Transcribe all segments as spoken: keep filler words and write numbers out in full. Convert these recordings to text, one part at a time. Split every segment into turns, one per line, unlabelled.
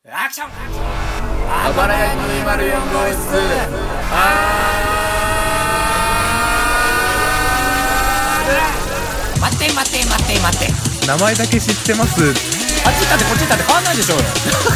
アクション
あばらやにーまるよん号室
待って待って待って待って
名前だけ知ってます。
あっち行ったってこっち行ったって変わんないでしょうよ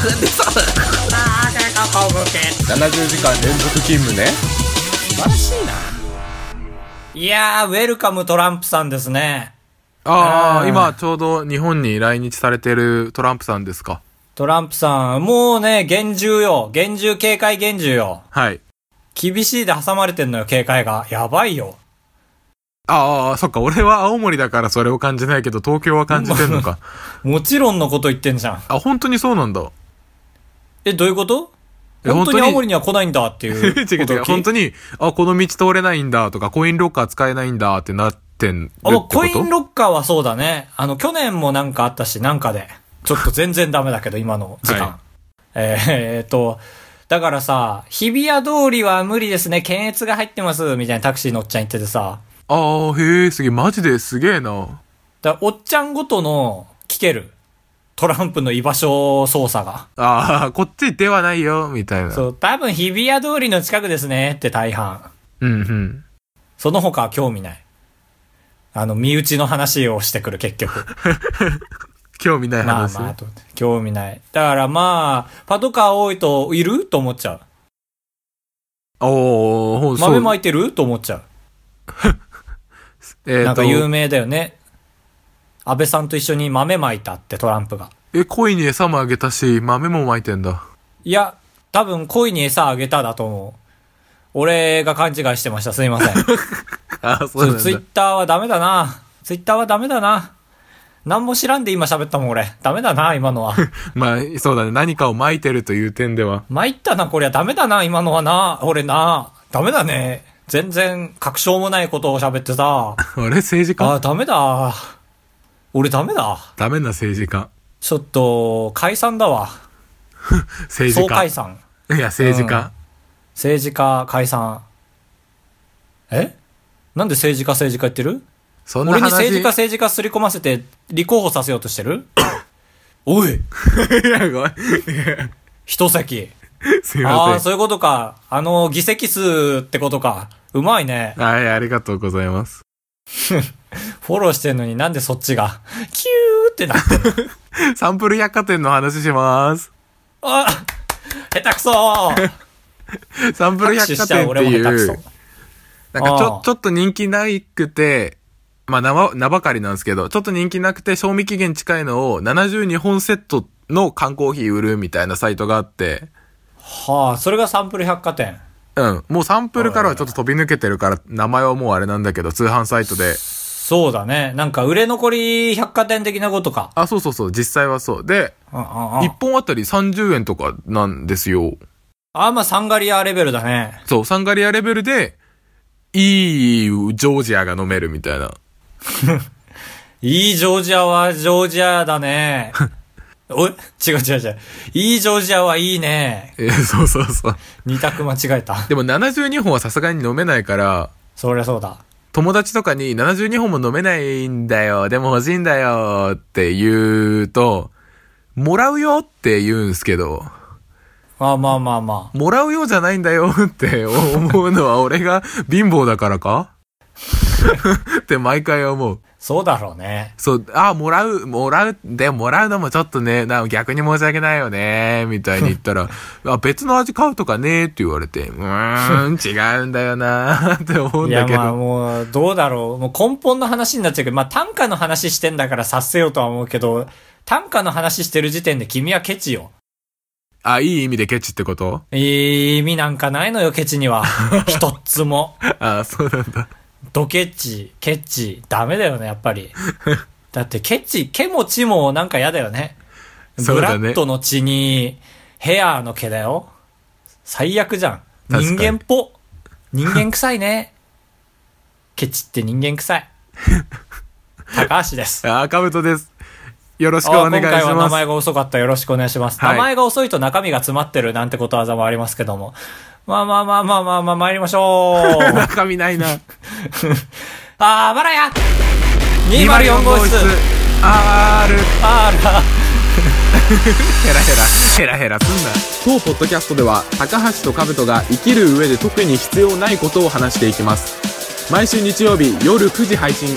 ななじゅうじかん連続勤務ね。
素晴らしいないやーウェルカムトランプさんですね。
ああ、
あー
今ちょうど日本に来日されてるトランプさんですか。
トランプさんもうね厳重よ、厳重警戒厳重よ。
はい。
厳しいで挟まれてんのよ、警戒が。やばいよ。
ああ、そっか、俺は青森だからそれを感じないけど東京は感じてんのか。
もちろんのこと言ってんじゃん。
あ、本当にそうなんだ。
え、どういうこと？
え
本当に青森には来ないんだっていうこと。
違う違う、本当に、あ、この道通れないんだとか、コインロッカー使えないんだってなってんるって
あ、
こと？
コインロッカーはそうだね。あの、去年もなんかあったし、なんかで。ちょっと全然ダメだけど、今の時間。
はい
えー、えーっと、だからさ、日比谷通りは無理ですね、検閲が入ってます、みたいなタクシーのおっちゃん言っててさ。
ああ、へえ、すげえ、マジですげえな。
だからおっちゃんごとの聞ける。トランプの居場所操作が。
ああ、こっちではないよ、みたいな。
そう、多分日比谷通りの近くですねって大半。
うんうん。
その他は興味ない。あの、身内の話をしてくる、結局。
興味ない話。
まあまあ、と興味ない。だからまあ、パトカー多いといると思っちゃう。
おー、ほうそう。
豆巻いてると思っちゃう。
えーと
なんか有名だよね。安倍さんと一緒に豆巻いたってトランプが。
え、鯉に餌もあげたし、豆も巻いてんだ。
いや、多分鯉に餌あげただと思う。俺が勘違いしてました。すいません。
あ、そうなんだ。
ツイッターはダメだな。ツイッターはダメだな。何も知らんで今喋ったもん俺。ダメだな、今のは。
まあ、そうだね。何かを巻いてるという点では。
参ったな、こりゃダメだな、今のはな。俺な。ダメだね。全然確証もないことを喋ってさ。
あれ政治家？
あ、ダメだ。俺ダメだ。
ダメな政治家。
ちょっと、解散だわ。
政治家。
総解散。
いや、政治家。
うん、政治家解散。え？なんで政治家政治家言ってる？
そんな話。
俺に政治家政治家すり込ませて立候補させようとしてる？おい
いや、ごめん。
一席。
すいません。
ああ、そういうことか。あの、議席数ってことか。うまいね。
はい、ありがとうございます。
フォローしてんのになんでそっちが、キューってなってんの？
サンプル百貨店の話します。
あ、下手くそー。
サンプル百貨店っていう、なんかちょ、ちょっと人気なくて、まあ、名, 名ばかりなんですけど、ちょっと人気なくて、賞味期限近いのをななじゅうにほんセットの缶コーヒー売るみたいなサイトがあって、
はあ、それがサンプル百貨店。
うん。もうサンプルからはちょっと飛び抜けてるから、名前はもうあれなんだけど、通販サイトで。
そうだね。なんか売れ残り百貨店的なことか。
あ、そうそうそう。実際はそう。で、
ああ
いっぽんあたりさんじゅうえんとかなんですよ。
あ、まあ、サンガリアレベルだね。
そう、サンガリアレベルで、いいジョージアが飲めるみたいな。
いいジョージアはジョージアだね。おい違う違う違う。いいジョージアはいいね。
えー、そうそうそう。
二択間違えた。
でもななじゅうにほんはさすがに飲めないから、
そりゃそうだ。
友達とかにななじゅうにほんも飲めないんだよ、でも欲しいんだよって言うと、もらうよって言うんすけど、
まあまあまあまあ。
もらうよじゃないんだよって思うのは俺が貧乏だからかって毎回思う。
そうだろうね。
そう、あ、もらう、もらう、でももらうのもちょっとね、な逆に申し訳ないよね、みたいに言ったら、あ、別の味買うとかねって言われて、うーん、違うんだよなって思うんだけど。
いやまあもう、どうだろう。もう根本の話になっちゃうけど、まあ単価の話してんだから察せようとは思うけど、単価の話してる時点で君はケチよ。
あ、いい意味でケチってこと？
いい意味なんかないのよ、ケチには。一つも。
あ、そうなんだ。
ドケチ、ケチ、ダメだよね、やっぱり。だってケチ、ケもチもなんか嫌だよね。ブラッドの血に、ヘアの毛だよ。最悪じゃん。人間っぽ。人間臭いね。ケチって人間臭い。高橋です。
あ、カブトです。よろしくお願いします。
今回は名前が遅かった。よろしくお願いします。
はい、
名前が遅いと中身が詰まってるなんてことわざもありますけども。まあまあまあまあまあまあ参りましょう。
中身ないな。
あばらやにーまるよん号室
R
R
ヘラヘラヘラヘラすんな。当ポッドキャストでは高橋と兜が生きる上で特に必要ないことを話していきます。毎週日曜日夜くじ配信。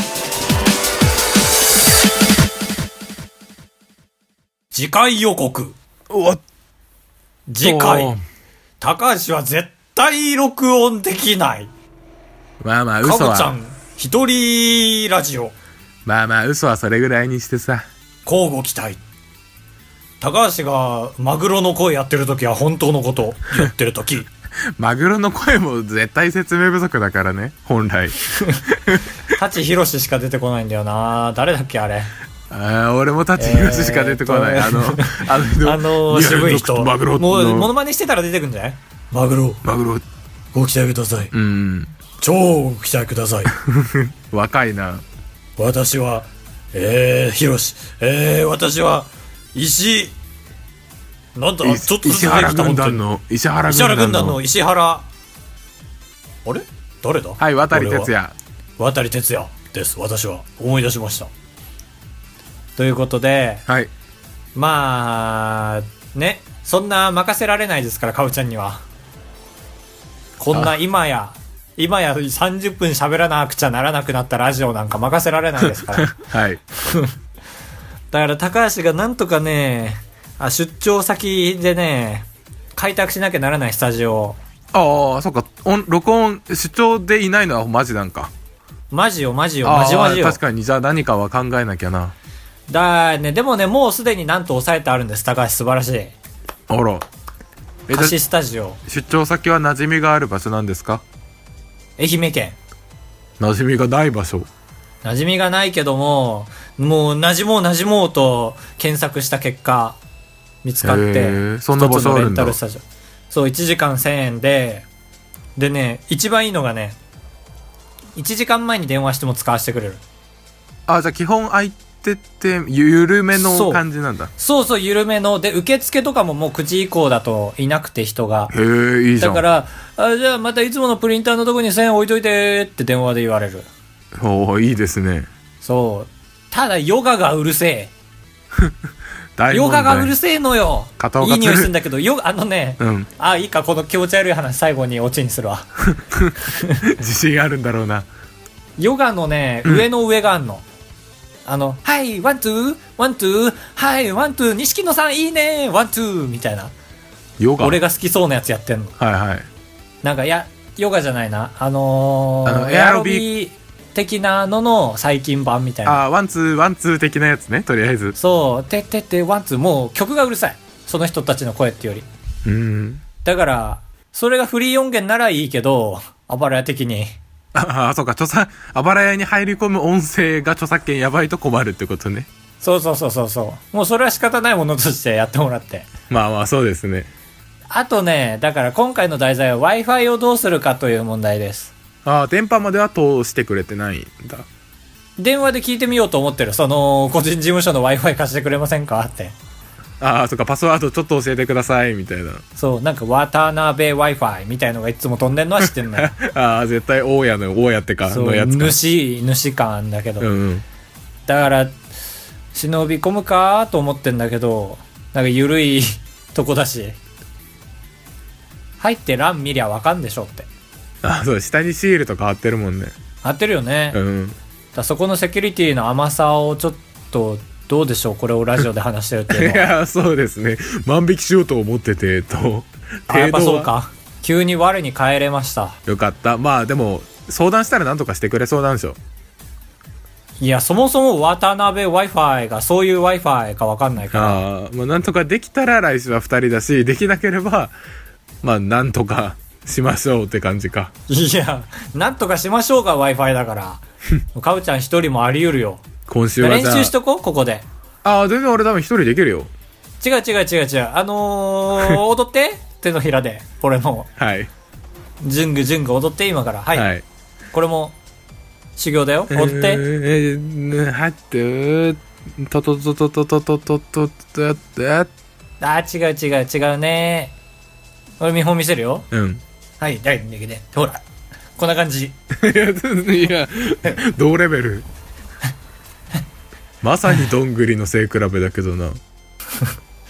次回予告。
おっ
次回高橋は絶対録音できない。
まあまあ嘘は
かぼちゃん一人ラジオ。
まあまあ嘘はそれぐらいにしてさ、
交互期待。高橋がマグロの声やってる時は本当のこと言ってる時
マグロの声も絶対説明不足だからね本来
舘ひろししか出てこないんだよな。誰だっけあれ。
あ俺も舘ひろししか出てこない、えー、あのあの人
あの渋い人
マグロ
もうモノマネしてたら出てくんじゃない。マグロ
マグロ
ご期待ください。
うん
超ご期待ください
若いな。
私はえー、ひろしえー、私は石なんだちょっとずつ
石原軍団の石原軍団の
石原あれ誰だ。
はい渡哲也
渡哲也です。私は思い出しました。ということで、
はい、
まあねそんな任せられないですからかぶちゃんには。こんな今や今やさんじゅっぷん喋らなくちゃならなくなったラジオなんか任せられないですから
はい
だから高橋がなんとかねあ出張先でね開拓しなきゃならないスタジオ。
ああそっか音録音出張でいないのはマジなんか。
マジよマジよマジマジよ。
確かにじゃあ何かは考えなきゃな。
だねでもねもうすでになんと抑えてあるんです。高橋素晴らしい。
あら
貸しスタジオ。
出張先は馴染みがある場所なんですか。
愛媛県。
馴染みがない場所。
馴染みがないけどももう馴染もう馴染もうと検索した結果見つかって
そんな場所あるんだ。
一つのレンタルスタジオ。そういちじかんせんえんででね一番いいのがねいちじかんまえに電話しても使わせてくれる。
あじゃあ基本空いててゆるめの感じなんだ。
そうそうゆるめので受付とかももうくじ以降だといなくて人が。
へえいいじゃん。
だからあじゃあまたいつものプリンターのとこにせんえん置いといてって電話で言われる。
おおいいですね。
そうただヨガがうるせえヨガがうるせえのよ。いい匂いするんだけどヨガあのね、うん、あいいかこの気持ち悪い話最後にオチにするわ
自信あるんだろうな。
ヨガのね、うん、上の上があんの。あのはいワンツーワンツーはいワンツー錦野さんいいねワンツーみたいな
ヨガ
俺が好きそうなやつやってんの。
はいはい
なんかいやヨガじゃないなあのー、
あのエアロビー
的なのの最近版みたいな。
あワンツーワンツー的なやつねとりあえず。
そうてってってワンツーもう曲がうるさいその人たちの声ってより。
うん
だからそれがフリー音源ならいいけどあばらや的に
ああそうか著作あばら屋に入り込む音声が著作権やばいと困るってことね。
そうそうそうそうそうもうそれは仕方ないものとしてやってもらって。
まあまあそうですね。
あとねだから今回の題材は Wi-Fi をどうするかという問題です。
ああ電波までは通してくれてないんだ。
電話で聞いてみようと思ってる。その個人事務所の Wi-Fi 貸してくれませんかって。
ああそっかパスワードちょっと教えてくださいみたいな。
そうなんか渡辺 Wi-Fi みたいのがいつも飛んでんのは知ってんのよ
ああ絶対大家の大家ってかのやつか。
主主感だけど、
うんうん、
だから忍び込むかと思ってんだけどなんか緩いとこだし入って欄見りゃわかんでしょって。
あそう下にシールとか貼ってるもんね。
貼ってるよね、
うん、
だそこのセキュリティの甘さをちょっとどうでしょうこれをラジオで話してるっていうのは
いやそうですね万引きしようと思っててと
あやっぱそうか急に我に返れました。
よかった。まあでも相談したら何とかしてくれそうなんでしょ。
いやそもそも渡辺 Wi-Fi がそういう Wi-Fi か分かんないから
あ、まあ、なんとかできたら来週はふたりだしできなければまあなんとかしましょうって感じか。
いやなんとかしましょうか Wi-Fi だからかぶちゃん一人もあり得るよ。
今週はじゃあ
練習しとこうここで。
ああ全然俺多分一人できるよ。
違う違う違う違うあのー、踊って手のひらでこれも
はい
ジュングジュング踊って今からはい、はい、これも修行だよ踊って、え
ー、はってトトトトトトトトトトト
あ違う違う違うね。俺見本見せるよ。
うん
はい第二でほらこんな感じい
や同レベルまさにどんぐりの背比べだけどな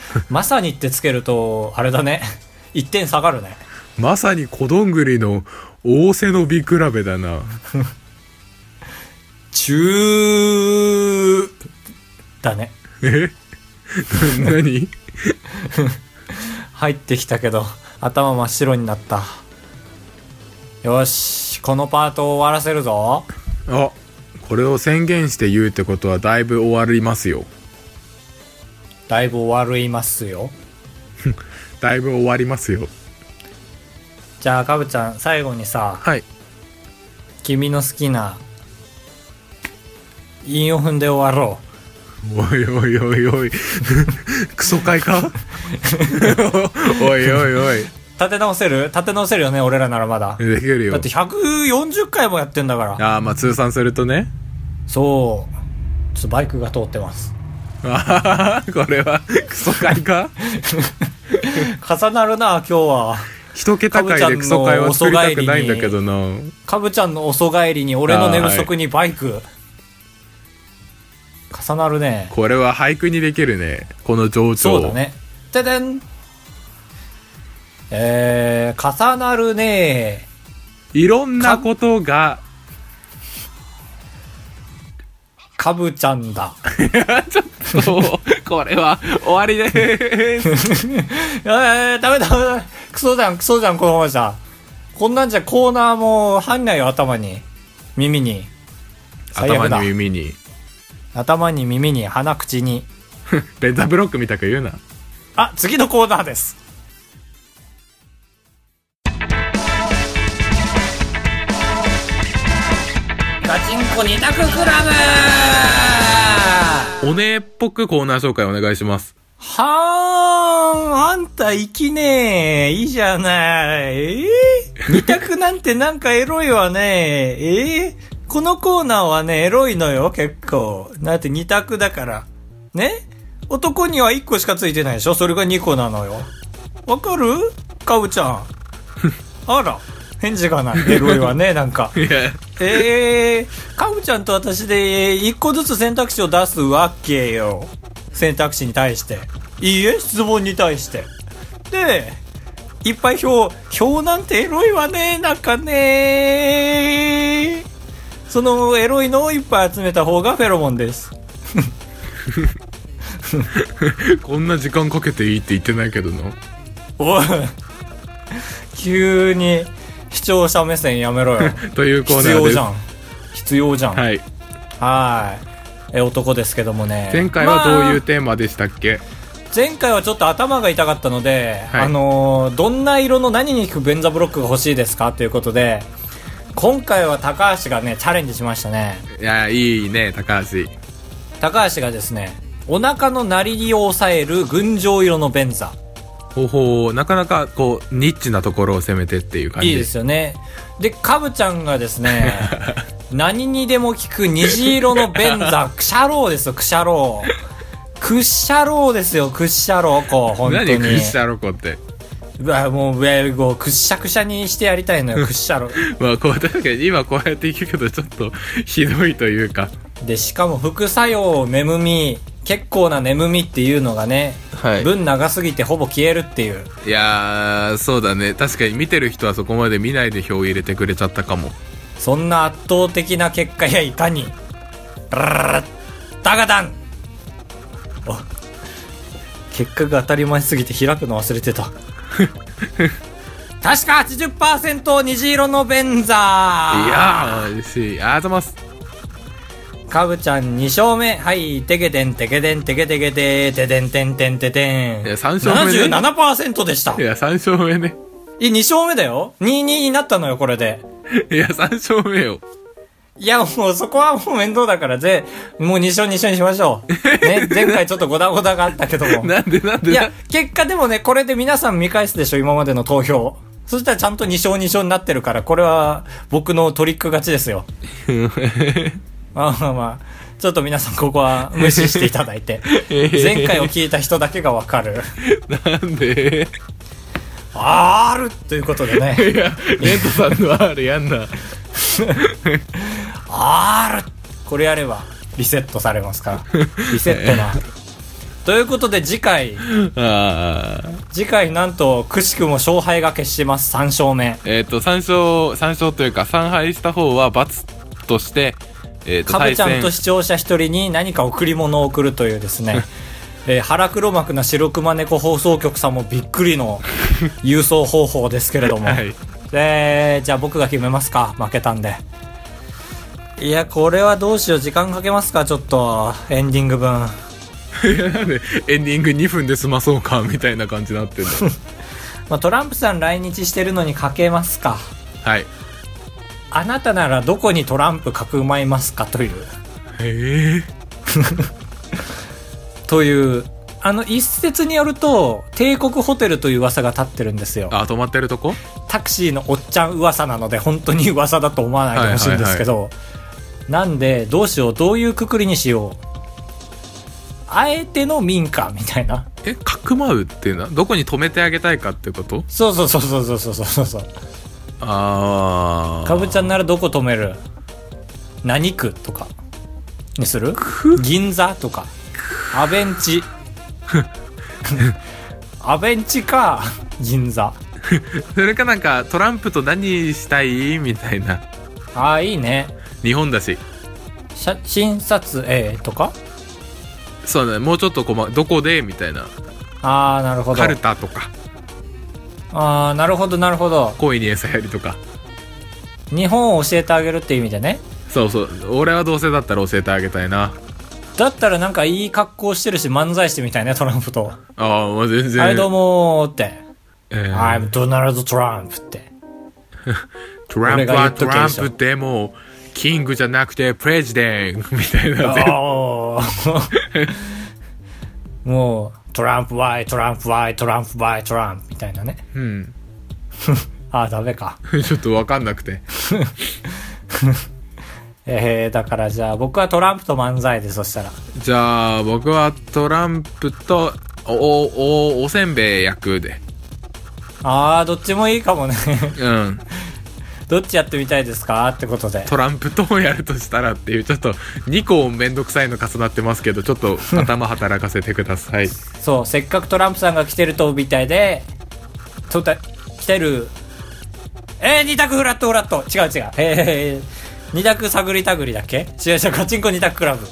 まさにってつけるとあれだね、いってん下がるね。
まさに小どんぐりの大背伸び比べだな。
中だね。
え何
入ってきたけど頭真っ白になった。よし、このパートを終わらせるぞ。
あ、これを宣言して言うってことはだいぶ終わりますよ。
だいぶ終わりますよ。
だいぶ終わりますよ。
じゃあかぶちゃん、最後にさ、
はい、
君の好きな韻を踏んで終わろ
う。おいおいおいおいクソ会かおいおいおい、
立て直せる立て直せるよね、俺らならまだ
できるよ。
だってひゃくよんじゅっかいもやってんだから。
ああ、まあ通算するとね。
そうちょっとバイクが通ってます。
ああ、これはクソ会か
重なるな今日は。
一桁回でクソ会は作りたくないんだけどな。
かぶちゃんの遅帰りに俺の寝不足にバイク、はい、重なるね。
これは俳句にできるね、この情緒。
そうだね。てでん、えー、重なるね。
いろんなことが
かぶちゃんだ。
ちょっとこれは終わりでーす。
えー、ダメダメダメ、クソじゃんクソじゃん、このままじゃ。こんなんじゃコーナーも入んないよ、頭に耳に。
頭に耳に
頭に耳に鼻口に。
レンザブロックみたく言うな。
あ、次のコーナーです。ガチンコ二択クラ
ブ。おねえっぽくコーナー紹介お願いします。
はーん、あんた生きねえ、いいじゃない。えー、二択なんてなんかエロいわね。えー、このコーナーはね、エロいのよ、結構。だって二択だから。ね？男には一個しかついてないでしょ？それが二個なのよ。わかる？かぶちゃん。あら、返事がない。エロいわね、なんか。えー、かぶちゃんと私で一個ずつ選択肢を出すわけよ。選択肢に対して。いいえ、質問に対して。で、いっぱい票、票なんてエロいわね、なんかね。そのエロいのをいっぱい集めた方がフェロモンです。
こんな時間かけていいって言ってないけどな。
おい、急に視聴者目線やめろよ。
というコーナーです。
必要じゃん。必要じゃん。
はい。
はい。え、男ですけどもね。
前回はどういうテーマでしたっけ？まあ、
前回はちょっと頭が痛かったので、はい、あのー、どんな色の何に効く便座ブロックが欲しいですかということで、今回は高橋がね、チャレンジしましたね。
いや、いいね、高橋。
高橋がですね、お腹の鳴りを抑える群青色の便座。
ほほう、なかなかこうニッチなところを攻めてっていう感じ。
いいですよね。で、かぶちゃんがですね何にでも効く虹色の便座、クシャローですよ、クシャロー。クッシャローですよ、クッシャローコ。本当に。
何クッシャロコって。
うわ、もう上をクッシャクシャにしてやりたいのよ、クッシャロー。
まあこう確かに今こうやって聞くけどちょっとひどいというか。
で、しかも副作用、眠み、結構な眠みっていうのがね、はい、分長すぎてほぼ消えるっていう。
いやー、そうだね。確かに見てる人はそこまで見ないで票を入れてくれちゃったかも。
そんな圧倒的な結果やいかに。ダガダン。結果が当たり前すぎて開くの忘れてた。確か はちじゅっパーセント 虹色の便座。い
やー、嬉しい。ありがとうございます。
かぶちゃんに勝目。はい、てけてんてけてんてけてけてててんてんてんててん。
いや、さん勝目ね。
ななじゅうななパーセント でした。
いや、さん勝目ね。
い、に勝目だよ。にたいにになったのよ、これで。
いや、さん勝目よ。
いや、もうそこはもう面倒だから、ぜ、もうに勝に勝にしましょう。ね、前回ちょっとゴダゴダがあったけども。
なんでなんで。
いや、結果でもね、これで皆さん見返すでしょ、今までの投票。そしたらちゃんとに勝に勝になってるから、これは僕のトリック勝ちですよ。まあまあまあ、ちょっと皆さんここは無視していただいて。前回を聞いた人だけがわかる。
なんで
あーるということでね。
いや、レントさんの R やんな。
あーるこれやればリセットされますから。リセットな。 ということで次回
あ
次回なんとくしくも勝敗が決します。さん勝目。
えっ、ー、とさん勝さん勝というかさん敗した方は罰として、えー、と
かぶちゃんと視聴者一人に何か贈り物を送るというですねえー、腹黒幕な白熊猫放送局さんもびっくりの郵送方法ですけれども、はい、でじゃあ僕が決めますか。負けたんで。いやこれはどうしよう。時間かけますか。ちょっとエンディング分
いやなんでエンディングにふんで済まそうかみたいな感じになってるの
まあトランプさん来日してるのにかけますか。
はい。
あなたならどこにトランプかくまいますかという
へえ
というあの一説によると帝国ホテルという噂が立ってるんですよ。
あ、泊まってるとこ。
タクシーのおっちゃん噂なので本当に噂だと思わないでほしいんですけど、はいはいはい、なんでどうしよう。どういうくくりにしよう。あえての民家みたいな。
え、かくまうっていうのはどこに止めてあげたいかってこと？
そうそうそうそうそうそうそうそう。
あー、
かぶちゃんならどこ止める？何区とかにする？銀座とかアベンチアベンチか銀座
それかなんかトランプと何したいみたいな。
ああいいね。
日本だし
写真撮影とか。
そうね、もうちょっとこまどこでみたいな。
ああなるほど。
カルタとか。
ああなるほどなるほど。
恋に餌やりとか。
日本を教えてあげるっていう意味でね。
そうそう、俺はどうせだったら教えてあげたいな。
だったらなんかいい格好してるし漫才してみたいねトランプと。
ああもう全然。
はいどうもーって、
えー、
I'm ドナルド・トランプって
トランプはトランプってもうキングじゃなくてプレジデントみたいな
もうトランプワイトランプワイトランプワイトランプみたいなね。
うん
ああダメか
ちょっと分かんなくて
えー、だからじゃあ僕はトランプと漫才で。そしたら
じゃあ僕はトランプとおお お, おせんべい役で。
ああどっちもいいかもね
うん
どっちやってみたいですかってことで。
トランプとやるとしたらっていうちょっとにこめんどくさいの重なってますけどちょっと頭働かせてください
そうせっかくトランプさんが来てるとみたいでとた来てるえー、二択フラットフラット違う違うえー、二択探り探りだっけ。違う違うガチンコ二択クラブ。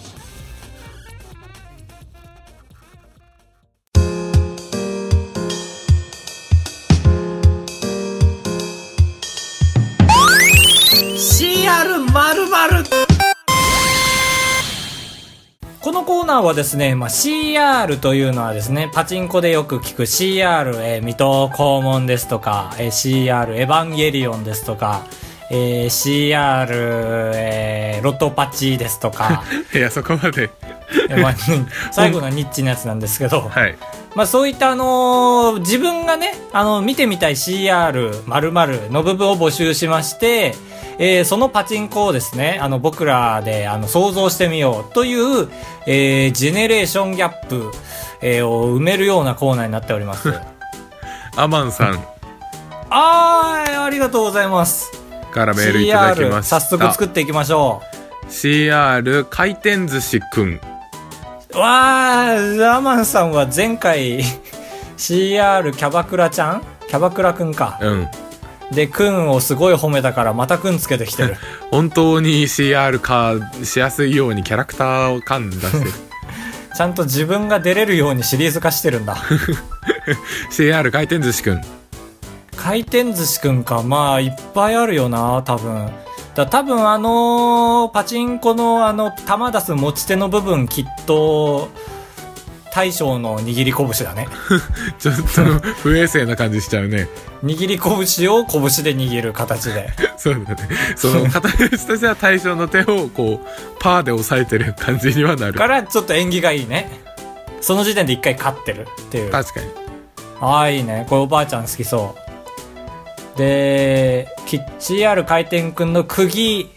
このコーナーはですね、まあ、シーアール というのはですね、パチンコでよく聞く シーアール、えー、水戸黄門ですとか、えー、シーアール エヴァンゲリオンですとか、えー、シーアール、えー、ロトパチですとか
いやそこまで
まあ、最後のニッチなやつなんですけど、
はい、
まあ、そういった、あのー、自分がね、あの見てみたい シーアール 〇〇の部分を募集しまして、えー、そのパチンコをですね、あの僕らであの想像してみようという、えー、ジェネレーションギャップ、えー、を埋めるようなコーナーになっております
アマンさん
あーありがとうございます
からメールいただきました。
早速作っていきましょ
う。 シーアール 回転寿司くん。
わーアマンさんは前回シーアール キャバクラちゃんキャバクラくんか
うん
でくんをすごい褒めたからまたくんつけてきてる
本当に シーアール 化しやすいようにキャラクターを感出してる
ちゃんと自分が出れるようにシリーズ化してるんだ
シーアール 回転寿司くん。
回転寿司くんか。まあいっぱいあるよな多分。だ多分あのー、パチンコのあの玉出す持ち手の部分きっと大将の握り拳だね
ちょっと不衛生な感じしちゃうね
握り拳を拳で握る形で
そうだね。その形としては大将の手をこうパーで押さえてる感じにはなる
からちょっと縁起がいいね。その時点で一回勝ってるっていう。
確かに。
ああいいね。これおばあちゃん好きそう。で シーアール 回転くんの釘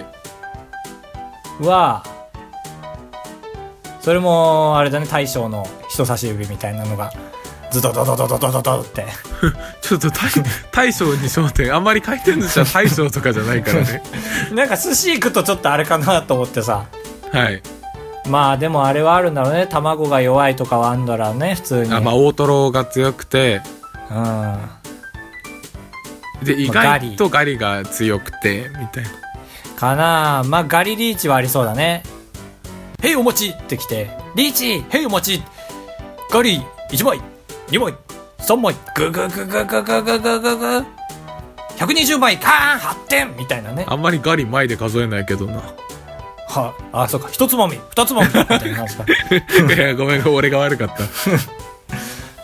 は、はい、それもあれだね、大将の人差し指みたいなのがズドドドドドドドドって
ちょっと 大, 大将に焦点。あんまり回転寿司は大将とかじゃないからね
なんか寿司行くとちょっとあれかなと思ってさ。
はい。
まあでもあれはあるんだろうね。卵が弱いとかはあんだろうね、普通に。
あ、まあ大トロが強くて、
うん。
で、意外とガリが強くて、みたいな。
かなぁ。まあガリリーチはありそうだね。へいお餅ってきて、リーチへいお餅ガリいちまい、にまい、さんまい、ググググググググググひゃくにじゅうまい、カーンはってんみたいなね。
あんまりガリ前で数えないけどな。
はあ、そうか。一つまみ、二つまみみたいな感じか。
いや、ごめん、俺が悪かった。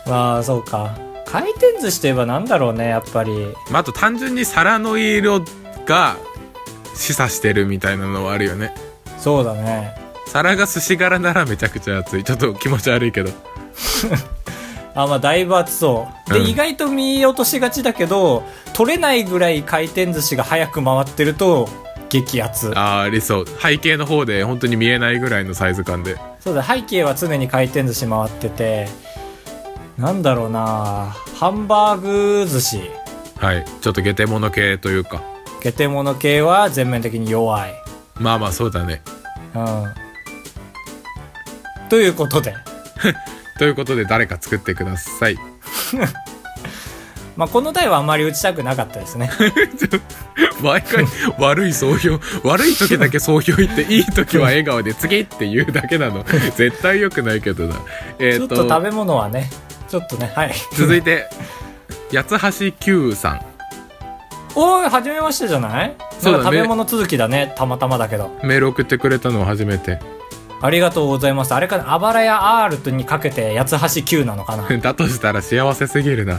まあ、そうか。回転寿司といえばなんだろうね、やっぱり。
まあ、あと単純に皿の色が示唆してるみたいなのはあるよね。
そうだね。
皿が寿司柄ならめちゃくちゃ熱い。ちょっと気持ち悪いけど。
あ、まあ、だいぶ熱そう。で、うん、意外と見落としがちだけど、取れないぐらい回転寿司が早く回ってると、激アツ。
あー、ありそう。背景の方で本当に見えないぐらいのサイズ感で。
そうだ、背景は常に回転寿司回ってて、なんだろうな、ハンバーグ寿司。
はい。ちょっとゲテモノ系というか。
ゲテモノ系は全面的に弱い。
まあまあそうだね。
うん。ということで。
ということで誰か作ってください。
まあこの題はあんまり打ちたくなかったですね。
毎回悪い総評、悪い時だけ総評言っていい時は笑顔で次って言うだけなの。絶対良くないけどな。
えー、とちょっと食べ物はね、ちょっとね、はい。
続いて八橋九さん。
おーい、初めましてじゃない？そうだね。食べ物続きだね、たまたまだけど。
メール送ってくれたのは初めて。
ありがとうございます。あれかな、あばらや R にかけて八橋九なのかな。
だとしたら幸せすぎるな。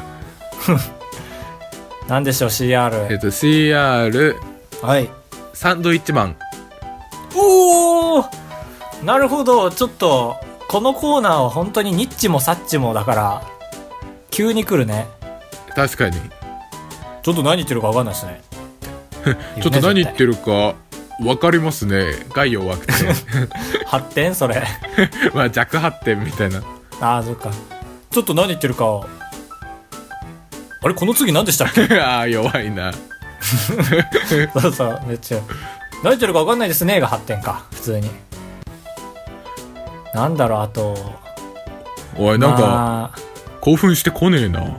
なんでしょう シーアール。
えっと シーアール、
はい、
サンドイッチマン。
おお、なるほど。ちょっとこのコーナーは本当にニッチもサッチもだから急に来るね。
確かに。
ちょっと何言ってるか分かんないですね。
ちょっと何言ってるか分かりますね。概要弱くて。
発展それ。
まあ弱発展みたいな。
ああ、そっか。ちょっと何言ってるか。あれ、この次何でしたっけ？
ああ、弱いな。
そうそう、めっちゃ。何言ってるか分かんないですねが発展か、普通に。なんだろう、あと。
おい、なんか、まあ、興奮してこねえな。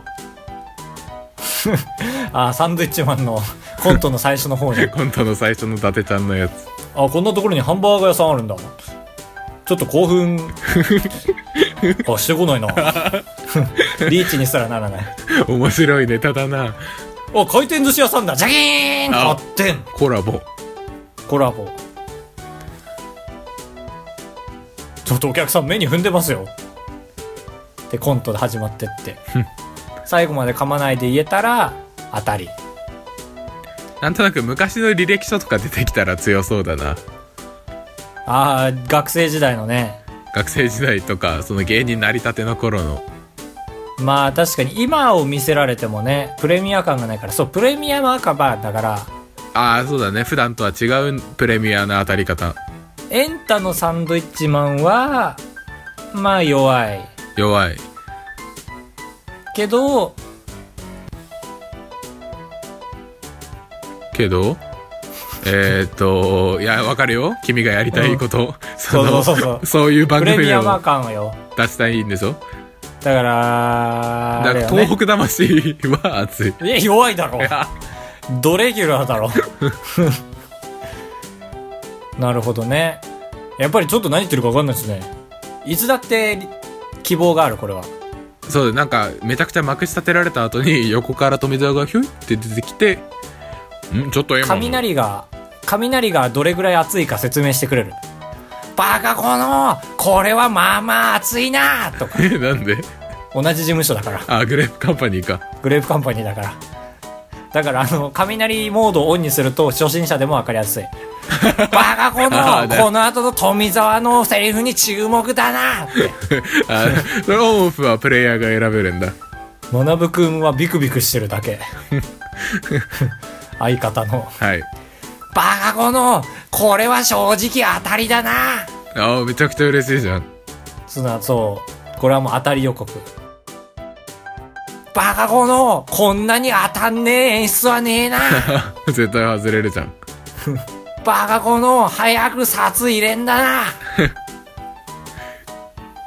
ああ、サンドイッチマンのコントの最初の方に。
コントの最初の伊達ちゃんのやつ。
あ、こんなところにハンバーガー屋さんあるんだ。ちょっと興奮。あ、してこないな。リーチにすらならない。
面白いネタだな。
あ、回転寿司屋さんだ。ジャギーン発展。
コラボ。
コラボ。ちょっとお客さん目に踏んでますよ。で、コントで始まってって。最後まで噛まないで言えたら当たり。
なんとなく昔の履歴書とか出てきたら強そうだな。
ああ、学生時代のね。
学生時代とかその芸人なりたての頃の。
まあ確かに今を見せられてもね、プレミア感がないから。そう、プレミアム赤バーだから。
ああ、そうだね。普段とは違うプレミアな当たり方。
エンタのサンドイッチマンはまあ弱い。
弱い
けど
けどえー、っといや分かるよ、君がやりたいこと、うん、
そのそうそうそう
そういう番組を
プレミアム感よ
出したいんでしょ。
だから
だから、ね、東北魂は熱い。
いや弱いだろ。ドレギュラーだろ。なるほどね。やっぱりちょっと何言ってるか分かんないですね。いつだって希望がある、これは。
そう、なんかめちゃくちゃまくし立てられた後に横から富澤がヒュイって出てきて、んちょっと
雷が雷がどれぐらい熱いか説明してくれる。バカこのこれはまあまあ熱いなとか。
え、なんで？
同じ事務所だから。
あ、グレープカンパニーか。
グレープカンパニーだから。だからあの雷モードをオンにすると初心者でも分かりやすい。バカこのこの後の富澤のセリフに注目だなって。
あ、それオンオフはプレイヤーが選べるんだ。
学ぶくんはビクビクしてるだけ。相方の、
はい、
バカこのこれは正直当たりだな。
あ、めちゃくちゃ嬉しいじゃん。
そうこれはもう当たり予告。バカこのこんなに当たんねえ演出はねえな。
絶対外れるじゃん。
バカこの早く札入れんだな。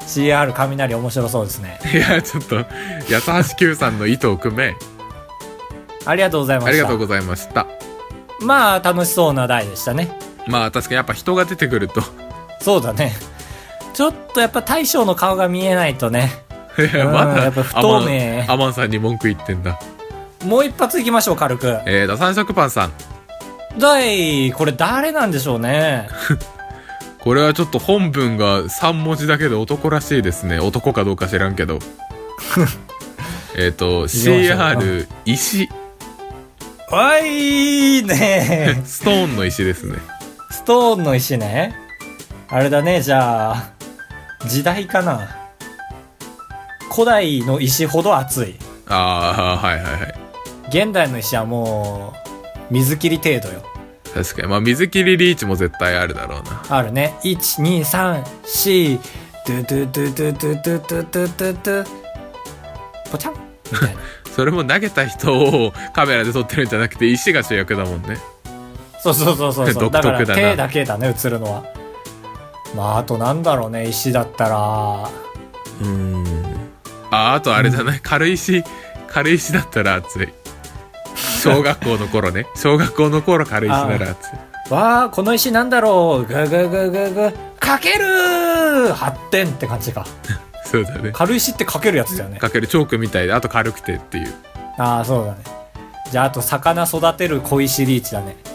シーアール 雷面白そうですね。
いやちょっと八橋 Q さんの意図を組め。
ありがとうございました。
ありがとうございました。
まあ楽しそうな台でしたね。
まあ確かにやっぱ人が出てくると。
そうだね。ちょっとやっぱ大将の顔が見えないとね。
いやまだ
やっぱ不透明。
アマンさんに文句言ってんだ。
もう一発いきましょう軽く。
えーと三色パンさん。
だいこれ誰なんでしょうね。
これはちょっと本文がさん文字だけで男らしいですね。男かどうか知らんけど。えっと シーアール 石。
おいいね。
ストーンの石ですね。
ストーンの石ね。あれだね、じゃあ時代かな。古代の石ほど熱い。
ああはいはいはい。
現代の石はもう水切り程度よ。
確かにまあ水切りリーチも絶対あるだろうな。
あるね。いちにさんしドゥドゥドゥドゥドゥドゥドゥドゥドゥドゥポチャンみたいな。
それも投げた人をカメラで撮ってるんじゃなくて石が主役だもんね。
そうそうそうそう
独特だな。
だから手だけだね映るのは。まああとなんだろうね、石だったら
うーんああとあれじゃない、うん、軽石軽石だったら熱い。小学校の頃ね。小学校の頃軽石なら熱い。
わあこの石なんだろう。ガガガガガかけるはってんって感じか。
そうだね。
軽石ってかけるやつだよね。
かけるチョークみたいで、あと軽くてっていう。
ああそうだね。じゃああと魚育てる小石リーチだね。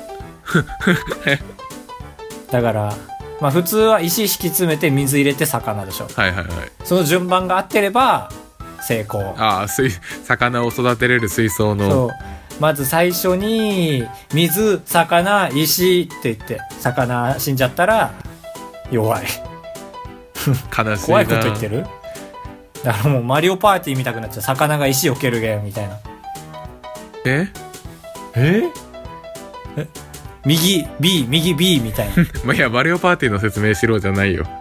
だからまあ普通は石引き詰めて水入れて魚でしょ。
はいはいはい。
その順番が合ってれば成功。
ああ水魚を育てれる水槽の。
そうまず最初に水魚石って言って魚死んじゃったら弱い。
悲しいな。
怖いこと言ってる。だからもうマリオパーティー見たくなっちゃう。魚が石を蹴るゲームみたいな。
え
ええ右 B 右 B みたいな。
まあいやマリオパーティーの説明しろじゃないよ。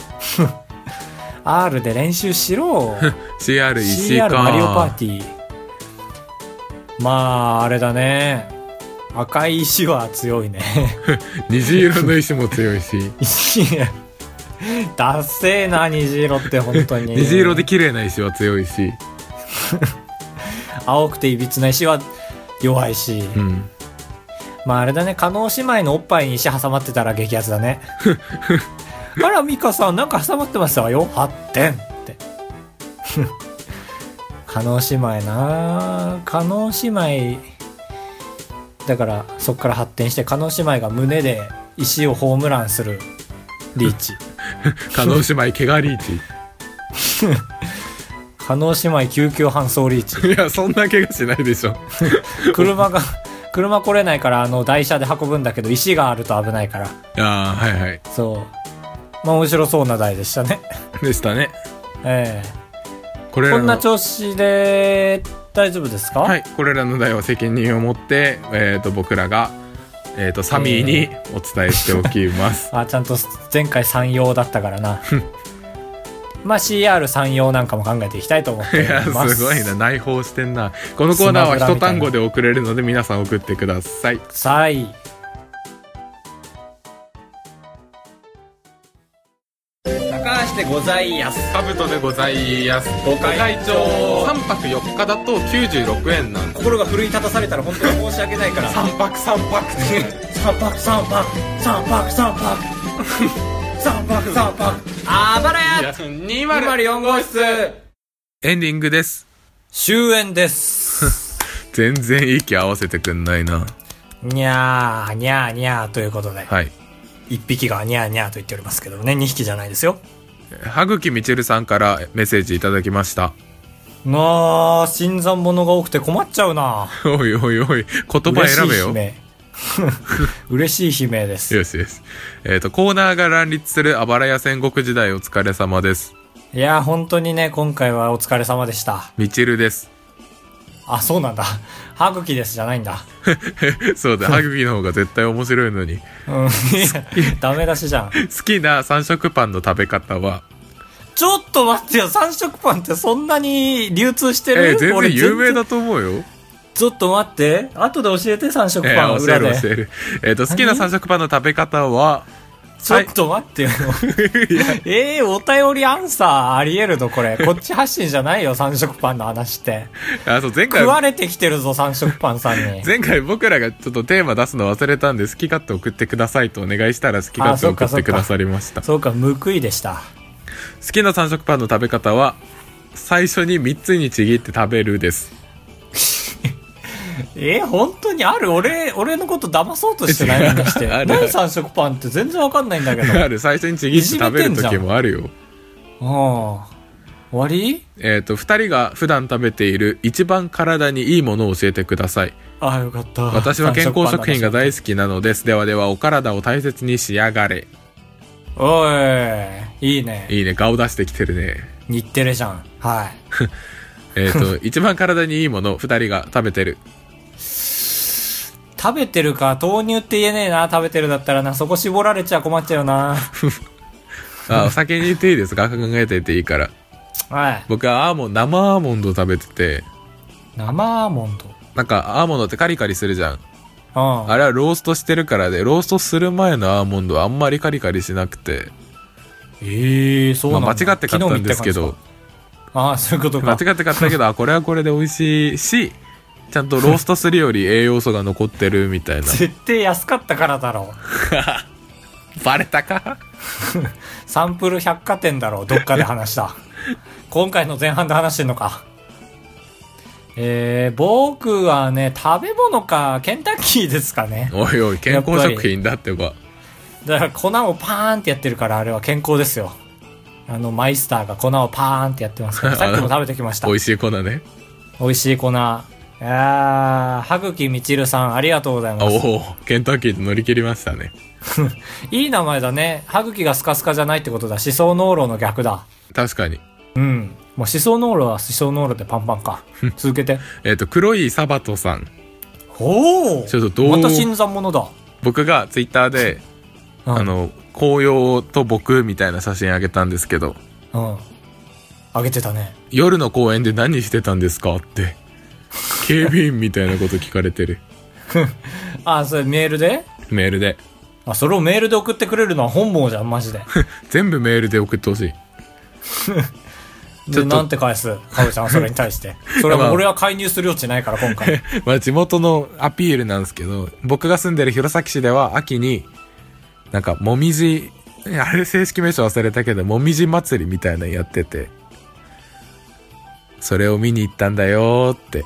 R で練習しろ。
シーアール 石か。
シーアール マリオパーティー。まああれだね。赤い石は強いね。
虹色の石も強いし。
ダッセーな虹色って本当に。
虹色で綺麗な石は強いし。
青くていびつな石は弱いし。うん、まああれだね。叶姉妹のおっぱいに石挟まってたら激アツだね。あらミカさんなんか挟まってましたわよ。はってんって。叶姉妹な。叶姉妹だからそっから発展して叶姉妹が胸で石をホームランするリーチ。
叶姉妹怪我リーチ。
叶姉妹救急搬送リーチ。
いやそんな怪我しないでしょ。
車が車来れないからあの台車で運ぶんだけど石があると危ないから。
ああはいはい。
そうまあ面白そうな台でしたね。
でしたね。
ええーこれこんな調子で大丈夫ですか？
はいこれらの台は責任を持って、えー、と僕らが、えー、とサミーにお伝えしておきます。
あちゃんと前回さん用だったからな。まあ シーアールさん 用なんかも考えていきたいと思っています。
いやすごいな内包してんな。このコーナーは一単語で送れるので皆さん送ってください。
さい高橋でございやす。
カブトでございやす。ご会長さんぱくよっかだときゅうじゅうろくえんなんで。
心が奮い立たされたら本当に申し訳ないから。
さんぱくさんぱく
さんぱくさんぱくさんぱくさんぱくさんぱくさんぱくあばらやにーまるよん号室。
エンディングです。
終演です。
全然息合わせてくんないな。
にゃーにゃーにゃーということで、
はい、
いっぴきがにゃーにゃーと言っておりますけどね、にひきじゃないですよ。
はぐきみちるさんからメッセージいただきました。
なあ新参者が多くて困っちゃうな。
おいおいおい言葉選べよ。
嬉しい悲鳴です。
よしよし。えっとコーナーが乱立するあばらや戦国時代お疲れ様です。
いや本当にね今回はお疲れ様でした。
みちるです。
あそうなんだ。はぐきですじゃないんだ。
そうだはぐきの方が絶対面白いのに。
うんダメ出しじゃん。
好きな三色パンの食べ方は。
ちょっと待ってよ、三色パンってそんなに流通してる？
えー、全然有名だと思うよ。
ちょっと待って後で教えて三色パンの裏で。
えー、教える教える。えっ、ー、と好きな三色パンの食べ方は
ちょっと待ってよ。ええー、お便りアンサーあり得るのこれ。こっち発信じゃないよ、三色パンの話って。
あ、そう、前回。
食われてきてるぞ、三色パンさんに。
前回僕らがちょっとテーマ出すの忘れたんで、好き勝手送ってくださいとお願いしたら好き勝手送ってくださりました。
そうか、報いでした。
好きな三色パンの食べ方は、最初にみっつにちぎって食べるです。
えー、本当にある？俺、俺のこと騙そうとしてないんだして。何三色パンって全然わかんないんだけど。
ある、最初にちぎって食べる時もあるよ。
ああ。終わり？
えっと、二人が普段食べている一番体にいいものを教えてください。
ああ、よかった。
私は健康食品が大好きなのです。ではでは、お体を大切に仕上がれ。
おい、いいね。
いいね、顔出してきてるね。
日テレじゃん。はい。
えっと、一番体にいいもの、二人が食べてる。
食べてるか、豆乳って言えねえな、食べてるだったらな。そこ絞られちゃ困っちゃうな。
あ、お酒に言っていいですか？考えていていいから。
はい。
僕はアーモンド、生アーモンドを食べてて。
生アーモンド？なん
か、アーモンドってカリカリするじゃん。
うん。
あれはローストしてるからで、ローストする前のアーモンドはあんまりカリカリしなくて。
ええー、そうなんだ。
まあ、間違って買ったんですけど。
ああ、そういうことか。
間違って買ったけど、あ、これはこれで美味しいし、ちゃんとローストするより栄養素が残ってるみたいな。
絶対安かったからだろ
う。バレたか？
サンプル百貨店だろう、どっかで話した。今回の前半で話してんのか。えー、僕はね、食べ物か、ケンタッキーですかね。
おいおい、健康食品だってば。
だから粉をパーンってやってるから、あれは健康ですよ。あの、マイスターが粉をパーンってやってますから、さっきも食べてきました。
美味しい粉ね。
美味しい粉。いやー、はぐきみちるさん、ありがとうございます。
おお、ケンタッキーと乗り切りましたね。
いい名前だね。はぐきがスカスカじゃないってことだ。思想濃炉の逆だ。
確かに。
うん。もう思想濃炉は思想濃炉でパンパンか。続けて。
えっと、黒いサバトさん。
おお。
ちょっとどう。
また新参者だ。
僕がツイッターで、うん、あの、紅葉と僕みたいな写真あげたんですけど。
うん。あげてたね。
夜の公園で何してたんですかって。警備員みたいなこと聞かれてる。
あ、それメールで？
メールで。
あ、それをメールで送ってくれるのは本望じゃん、マジで。
全部メールで送ってほしい。
で、なんて返すかぶちゃん、それに対して。それは俺は介入する余地ないから、今回。
まあ、地元のアピールなんですけど、僕が住んでる弘前市では、秋に、なんか、もみじ、あれ正式名称忘れたけど、もみじ祭りみたいなのやってて、それを見に行ったんだよーって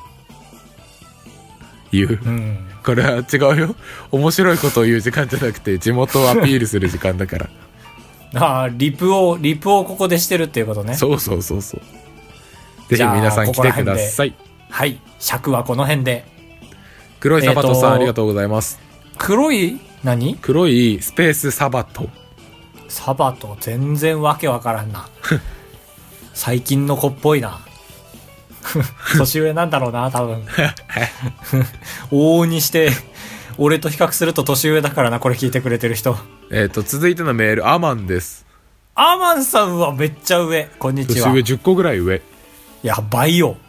言う、うん、これは違うよ。面白いことを言う時間じゃなくて地元をアピールする時間だから。
ああ、リプをリプをここでしてるっていうことね。
そうそうそうそう。ぜひ皆さん来てください。
はい、尺はこの辺で。
黒いサバトさん、えー、ありがとうございます。
黒い何？
黒いスペースサバト。
サバト全然わけわからんな。最近の子っぽいな。年上なんだろうな、多分。往々にして俺と比較すると年上だからな、これ聞いてくれてる人。
えっと続いてのメール、アマンです。
アマンさんはめっちゃ上。こんにちは。
年上じゅっこぐらい上。
やばいよ。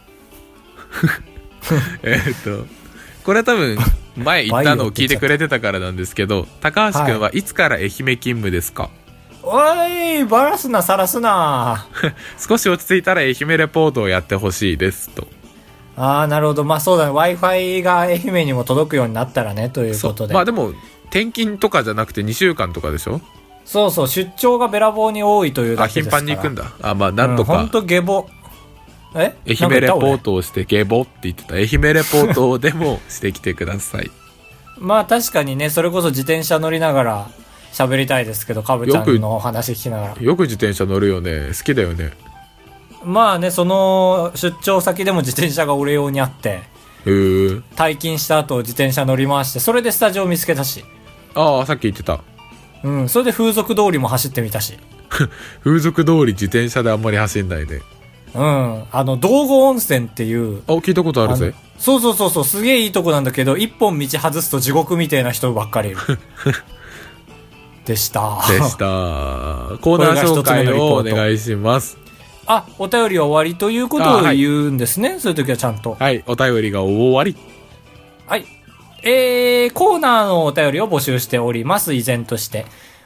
えっとこれは多分前言ったのを聞いてくれてたからなんですけど、高橋くんはいつから愛媛勤務ですか？
はい、おい、バラすな、さらすな。
少し落ち着いたら愛媛レポートをやってほしいですと。
ああ、なるほど。まあそうだね。Wi-Fi が愛媛にも届くようになったらね、ということで。
まあでも、転勤とかじゃなくてにしゅうかんとかでしょ？
そうそう、出張がべらぼうに多いというだけですから。
あ、頻繁に行くんだ。あ、まあなんとか。
うん、ほんとゲボ。え？
愛媛レポートをしてゲボって言ってた。愛媛レポートでもしてきてください。
まあ確かにね、それこそ自転車乗りながら喋りたいですけど、かぶちゃんのお話聞きながら。
よく自転車乗るよね。好きだよね。
まあね、その出張先でも自転車が俺用にあって、
へー、
退勤した後自転車乗り回して、それでスタジオ見つけたし。
ああ、さっき言ってた。
うん、それで風俗通りも走ってみたし。
風俗通り自転車であんまり走んないで。
うん、あの道後温泉っていう。
あ、聞いたことあるぜ。
そうそうそうそう、すげえいいとこなんだけど、一本道外すと地獄みたいな人ばっかりいる。でした。
でした。コーナー紹介をお願いします。
あ、お便りは終わりということを言うんですね。はい、そういう時はちゃんと。
はい、お便りが終わり。
はい。えー、コーナーのお便りを募集しております。依然として。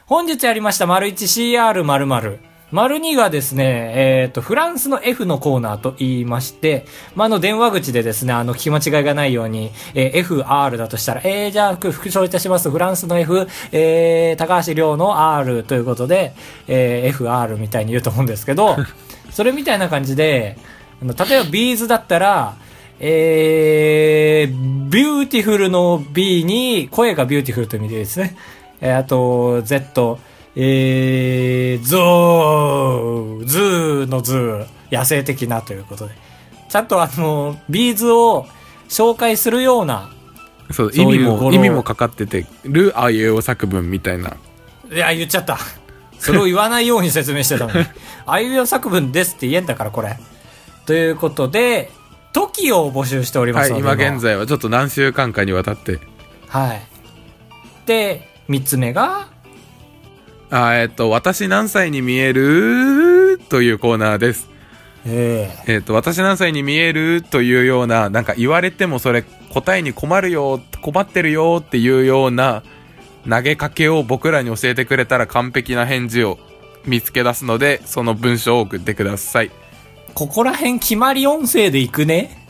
本日やりました、丸いち シーアール〇〇。丸にがですね、えっと、フランスの F のコーナーと言いまして、まあ、あの、電話口でですね、あの、聞き間違いがないように、えー、エフアール だとしたら、えー、じゃあ、復唱いたします。フランスの F、えー、高橋亮の R ということで、えー、エフアール みたいに言うと思うんですけど、それみたいな感じで、あの例えば、ビーズだったら、えー、ビューティフルの B に、声がビューティフルという意味でですね。えー、あと、Z、えー、ゾー、ズーのズー、野生的なということで。ちゃんとあの、ビーズを紹介するような。
そう、そういう意味も、意味もかかってて、るあいうえお作文みたいな。
いや、言っちゃった。それを言わないように説明してたのに。あいうえお作文ですって言えんだから、これ。ということで、時を募集しておりますので。
はい、今現在はちょっと何週間かにわたって。
はい。で、三つ目が、
あえっと、私何歳に見えるというコーナーです。
えー、
えっと、私何歳に見えるというような、なんか言われてもそれ答えに困るよ、困ってるよっていうような投げかけを僕らに教えてくれたら完璧な返事を見つけ出すので、その文章を送ってください。
ここら辺決まり音声でいくね。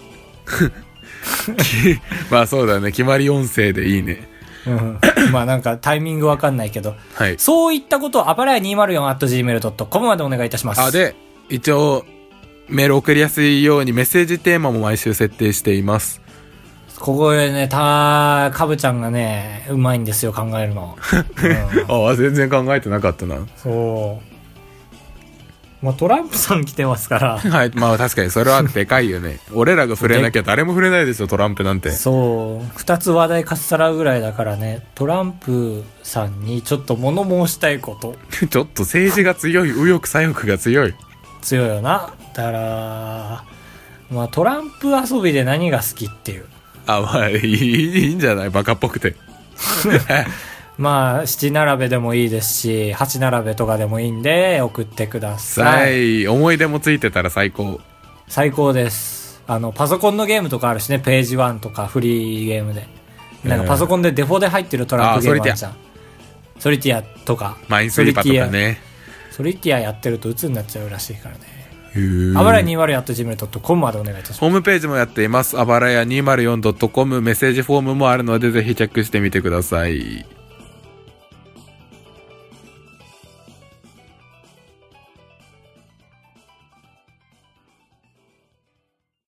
まあそうだね、決まり音声でいいね。
うん、まあなんかタイミングわかんないけど、
はい、
そういったことをあばらや にまるよん アット ジーメール ドット コム までお願いいたします。
あ、で、一応メール送りやすいようにメッセージテーマも毎週設定しています。
ここでね、たかぶちゃんがね、うまいんですよ、考えるの。
うん、ああ、全然考えてなかったな。
そう。まあ、トランプさん来てますから。
はい、まあ確かにそれはでかいよね。俺らが触れなきゃ誰も触れないですよ、トランプなんて。
そう。二つ話題かっさらうぐらいだからね、トランプさんにちょっと物申したいこと。
ちょっと政治が強い、右翼左翼が強い。
強いよな。だから、まあトランプ遊びで何が好きっていう。
あ、まあいい、いいんじゃない、バカっぽくて。
まあ、七並べでもいいですし、八並べとかでもいいんで、送ってください。
思い出もついてたら最高。
最高です。あの、パソコンのゲームとかあるしね、ページワンとかフリーゲームで。なんかパソコンでデフォで入ってるトランプゲームあるじゃん。ソリティアとか。
マインスリーパーとかね。
ソリティアやってると鬱になっちゃうらしいからね。あばらや にまるよん アット ジーメール ドット コム までお願いいたします。
ホームページもやっています。あばらや にまるよん ドット コム メッセージフォームもあるので、ぜひチェックしてみてください。